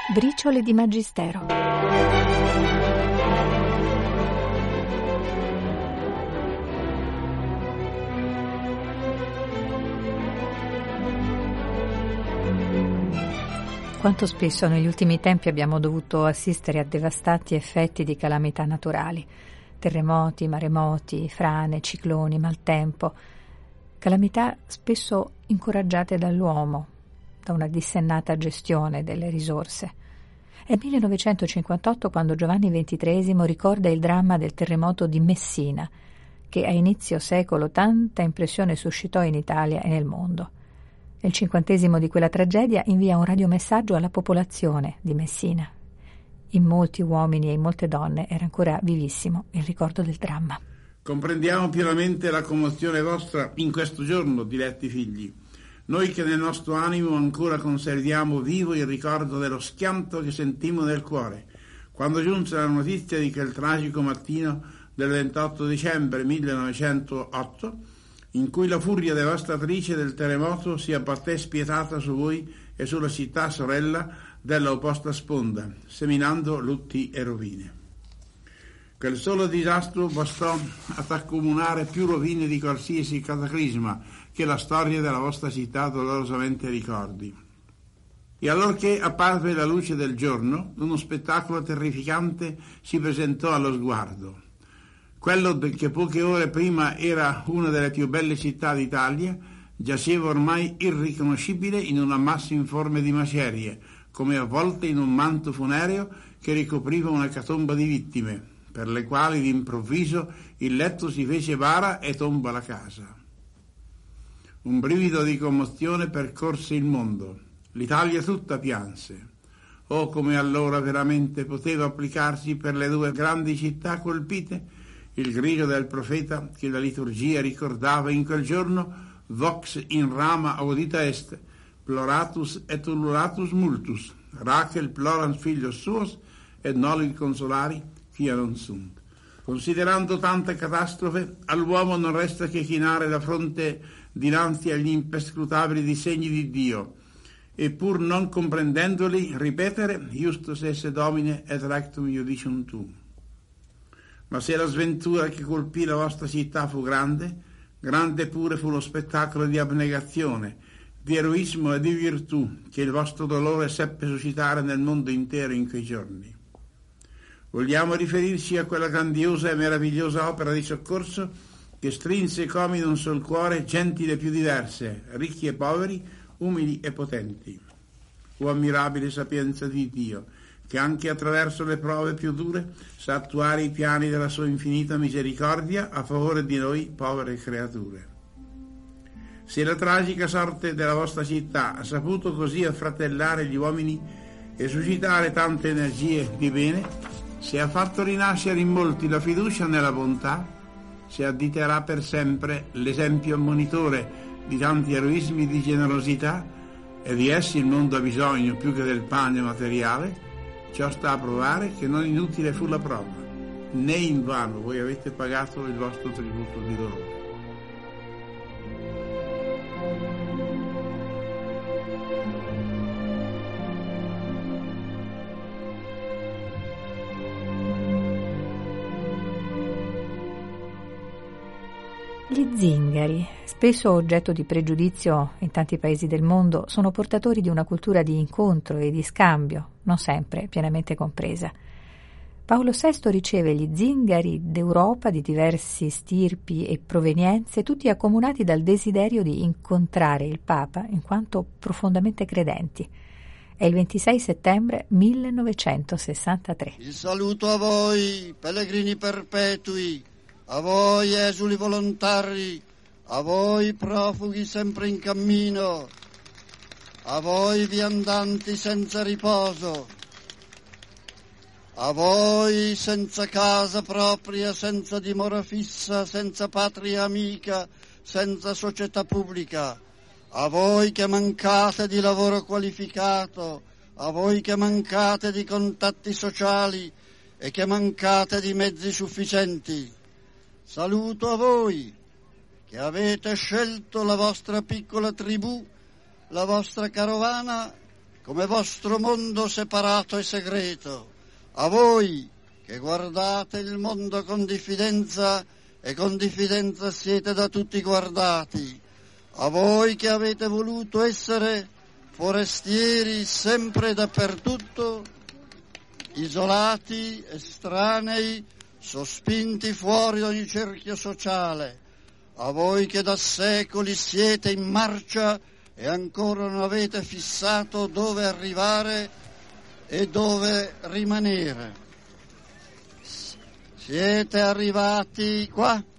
Briciole di Magistero. Quanto spesso negli ultimi tempi abbiamo dovuto assistere a devastanti effetti di calamità naturali, terremoti, maremoti, frane, cicloni, maltempo, calamità spesso incoraggiate dall'uomo, da una dissennata gestione delle risorse. È 1958 quando Giovanni XXIII ricorda il dramma del terremoto di Messina, che a inizio secolo tanta impressione suscitò in Italia e nel mondo. Nel 50° di quella tragedia invia un radiomessaggio alla popolazione di Messina. In molti uomini e in molte donne era ancora vivissimo il ricordo del dramma. Comprendiamo pienamente la commozione vostra in questo giorno, diletti figli. Noi che nel nostro animo ancora conserviamo vivo il ricordo dello schianto che sentimmo nel cuore, quando giunse la notizia di quel tragico mattino del 28 dicembre 1908, in cui la furia devastatrice del terremoto si abbatté spietata su voi e sulla città sorella della opposta sponda, seminando lutti e rovine. Quel solo disastro bastò ad accomunare più rovine di qualsiasi cataclisma che la storia della vostra città dolorosamente ricordi. E allorché apparve la luce del giorno, uno spettacolo terrificante si presentò allo sguardo. Quello che poche ore prima era una delle più belle città d'Italia giaceva ormai irriconoscibile in un ammasso informe di macerie, come avvolte in un manto funereo che ricopriva un'ecatomba di vittime, per le quali d'improvviso il letto si fece bara e tomba la casa. Un brivido di commozione percorse il mondo. L'Italia tutta pianse. Oh, come allora veramente poteva applicarsi per le due grandi città colpite il grido del profeta che la liturgia ricordava in quel giorno: vox in rama audita est, ploratus et ululatus multus, Rachel plorans filios suos, et noli consolari quia non sunt. Considerando tanta catastrofe, all'uomo non resta che chinare la fronte dinanzi agli imperscrutabili disegni di Dio, e pur non comprendendoli, ripetere: Iustus esse Domine et rectum iudicium tuum. Ma se la sventura che colpì la vostra città fu grande, grande pure fu lo spettacolo di abnegazione, di eroismo e di virtù che il vostro dolore seppe suscitare nel mondo intero in quei giorni. Vogliamo riferirci a quella grandiosa e meravigliosa opera di soccorso che strinse come in un sol cuore genti le più diverse, ricchi e poveri, umili e potenti. O ammirabile sapienza di Dio, che anche attraverso le prove più dure sa attuare i piani della sua infinita misericordia a favore di noi povere creature. Se la tragica sorte della vostra città ha saputo così affratellare gli uomini e suscitare tante energie di bene, se ha fatto rinascere in molti la fiducia nella bontà, se additerà per sempre l'esempio ammonitore di tanti eroismi di generosità, e di essi il mondo ha bisogno più che del pane materiale, ciò sta a provare che non inutile fu la prova, né invano voi avete pagato il vostro tributo di dolore. Gli zingari, spesso oggetto di pregiudizio in tanti paesi del mondo, sono portatori di una cultura di incontro e di scambio, non sempre pienamente compresa. Paolo VI riceve gli zingari d'Europa di diversi stirpi e provenienze, tutti accomunati dal desiderio di incontrare il Papa in quanto profondamente credenti. È il 26 settembre 1963. Il saluto a voi, pellegrini perpetui, a voi esuli volontari, a voi profughi sempre in cammino, a voi viandanti senza riposo, a voi senza casa propria, senza dimora fissa, senza patria amica, senza società pubblica, a voi che mancate di lavoro qualificato, a voi che mancate di contatti sociali e che mancate di mezzi sufficienti. Saluto a voi che avete scelto la vostra piccola tribù, la vostra carovana come vostro mondo separato e segreto, a voi che guardate il mondo con diffidenza e con diffidenza siete da tutti guardati, a voi che avete voluto essere forestieri sempre e dappertutto, isolati, estranei, sospinti fuori da ogni cerchio sociale, a voi che da secoli siete in marcia e ancora non avete fissato dove arrivare e dove rimanere. Siete arrivati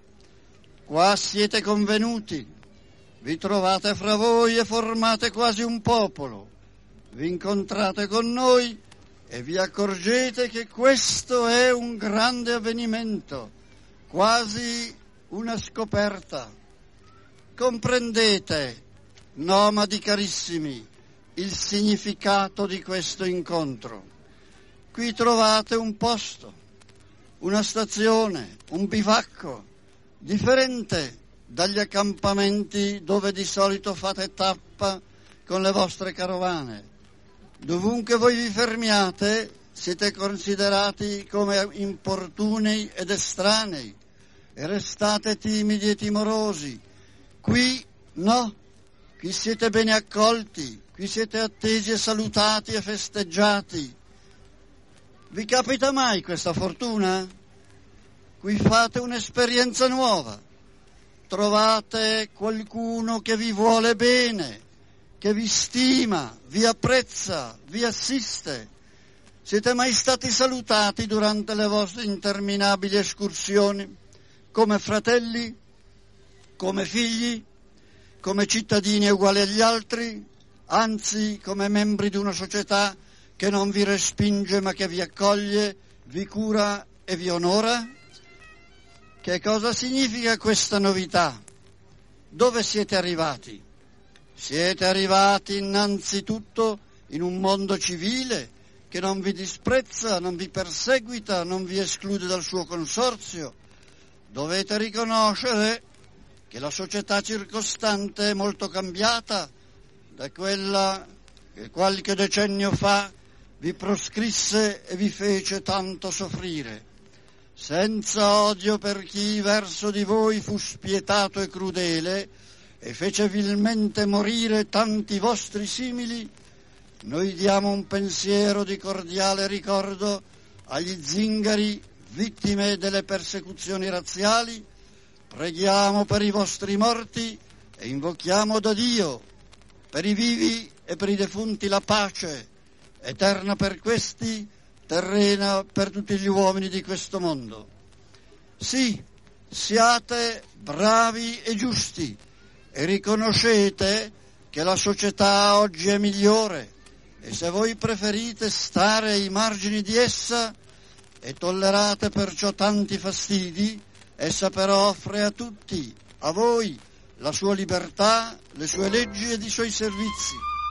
qua siete convenuti, vi trovate fra voi e formate quasi un popolo, vi incontrate con noi e vi accorgete che questo è un grande avvenimento, quasi una scoperta. Comprendete, nomadi carissimi, il significato di questo incontro. Qui trovate un posto, una stazione, un bivacco, differente dagli accampamenti dove di solito fate tappa con le vostre carovane. Dovunque voi vi fermiate siete considerati come importuni ed estranei e restate timidi e timorosi. Qui no, qui siete bene accolti, qui siete attesi e salutati e festeggiati. Vi capita mai questa fortuna? Qui fate un'esperienza nuova, trovate qualcuno che vi vuole bene, che vi stima, vi apprezza, vi assiste. Siete mai stati salutati durante le vostre interminabili escursioni come fratelli, come figli, come cittadini uguali agli altri, anzi come membri di una società che non vi respinge ma che vi accoglie, vi cura e vi onora? Che cosa significa questa novità? Dove siete arrivati? Siete arrivati innanzitutto in un mondo civile che non vi disprezza, non vi perseguita, non vi esclude dal suo consorzio. Dovete riconoscere che la società circostante è molto cambiata da quella che qualche decennio fa vi proscrisse e vi fece tanto soffrire. Senza odio per chi verso di voi fu spietato e crudele e fece vilmente morire tanti vostri simili, noi diamo un pensiero di cordiale ricordo agli zingari vittime delle persecuzioni razziali, preghiamo per i vostri morti e invochiamo da Dio per i vivi e per i defunti la pace, eterna per questi, terrena per tutti gli uomini di questo mondo. Sì, siate bravi e giusti e riconoscete che la società oggi è migliore e se voi preferite stare ai margini di essa e tollerate perciò tanti fastidi, essa però offre a tutti, a voi, la sua libertà, le sue leggi ed i suoi servizi.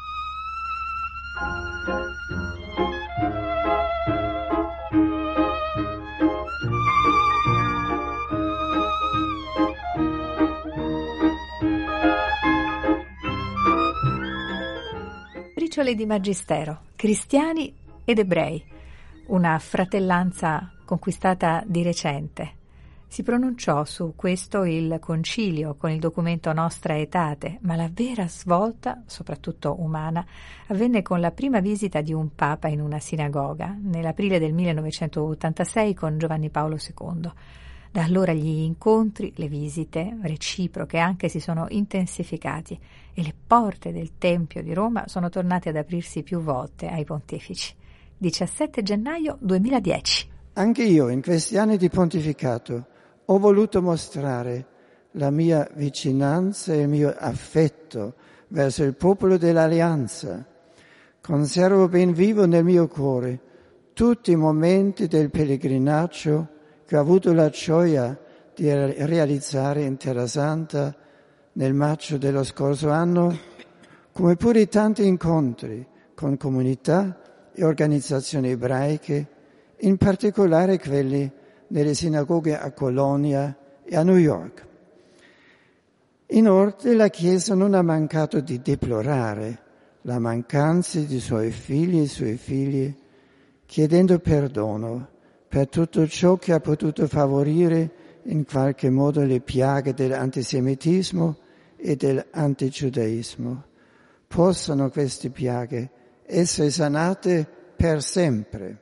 Briciole di Magistero, cristiani ed ebrei, una fratellanza conquistata di recente. Si pronunciò su questo il concilio con il documento Nostra Aetate, ma la vera svolta, soprattutto umana, avvenne con la prima visita di un papa in una sinagoga, nell'aprile del 1986 con Giovanni Paolo II. Da allora gli incontri, le visite reciproche anche si sono intensificati e le porte del Tempio di Roma sono tornate ad aprirsi più volte ai pontefici. 17 gennaio 2010. Anche io, in questi anni di pontificato, ho voluto mostrare la mia vicinanza e il mio affetto verso il popolo dell'Alleanza. Conservo ben vivo nel mio cuore tutti i momenti del pellegrinaggio che ho avuto la gioia di realizzare in Terra Santa nel maggio dello scorso anno, come pure tanti incontri con comunità e organizzazioni ebraiche, in particolare quelli nelle sinagoghe a Colonia e a New York. Inoltre la Chiesa non ha mancato di deplorare la mancanza di suoi figli, chiedendo perdono per tutto ciò che ha potuto favorire in qualche modo le piaghe dell'antisemitismo e dell'antigiudaismo. Possano queste piaghe essere sanate per sempre.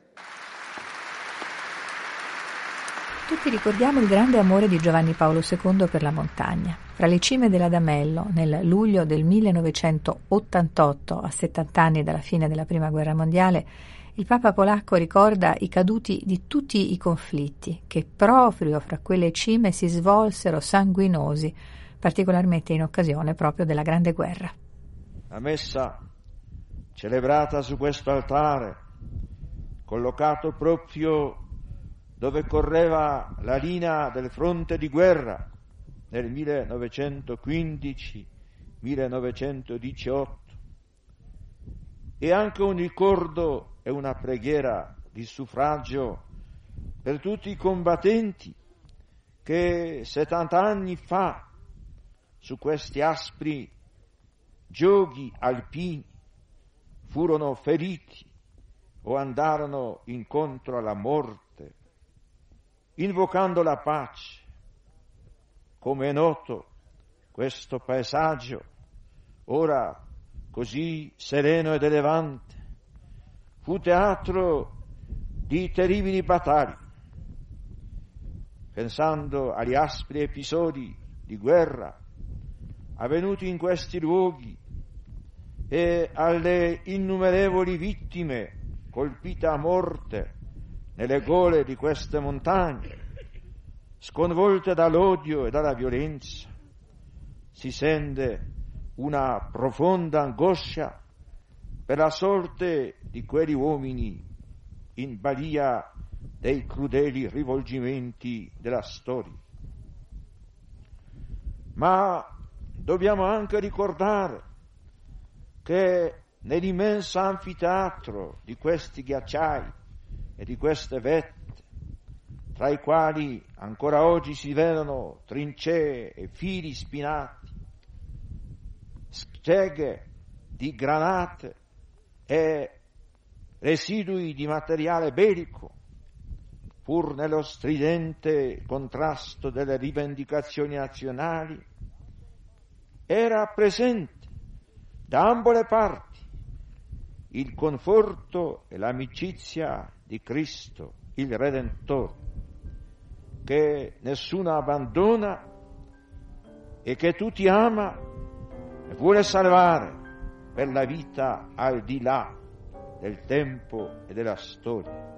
Tutti ricordiamo il grande amore di Giovanni Paolo II per la montagna. Fra le cime dell'Adamello, nel luglio del 1988, a 70 anni dalla fine della Prima Guerra Mondiale, il Papa polacco ricorda i caduti di tutti i conflitti che proprio fra quelle cime si svolsero sanguinosi, particolarmente in occasione proprio della Grande Guerra. La messa celebrata su questo altare, collocato proprio dove correva la linea del fronte di guerra nel 1915-1918, e anche un ricordo e una preghiera di suffragio per tutti i combattenti che 70 anni fa su questi aspri gioghi alpini furono feriti o andarono incontro alla morte, invocando la pace. Come è noto, questo paesaggio, ora così sereno ed elevante, fu teatro di terribili battaglie. Pensando agli aspri episodi di guerra avvenuti in questi luoghi e alle innumerevoli vittime colpite a morte nelle gole di queste montagne, sconvolte dall'odio e dalla violenza, si sente una profonda angoscia per la sorte di quegli uomini in balia dei crudeli rivolgimenti della storia. Ma dobbiamo anche ricordare che nell'immenso anfiteatro di questi ghiacciai e di queste vette, tra i quali ancora oggi si vedono trincee e fili spinati, streghe di granate e residui di materiale bellico, pur nello stridente contrasto delle rivendicazioni nazionali, era presente da ambo le parti il conforto e l'amicizia di Cristo, il Redentore, che nessuno abbandona e che tutti ama e vuole salvare per la vita al di là del tempo e della storia.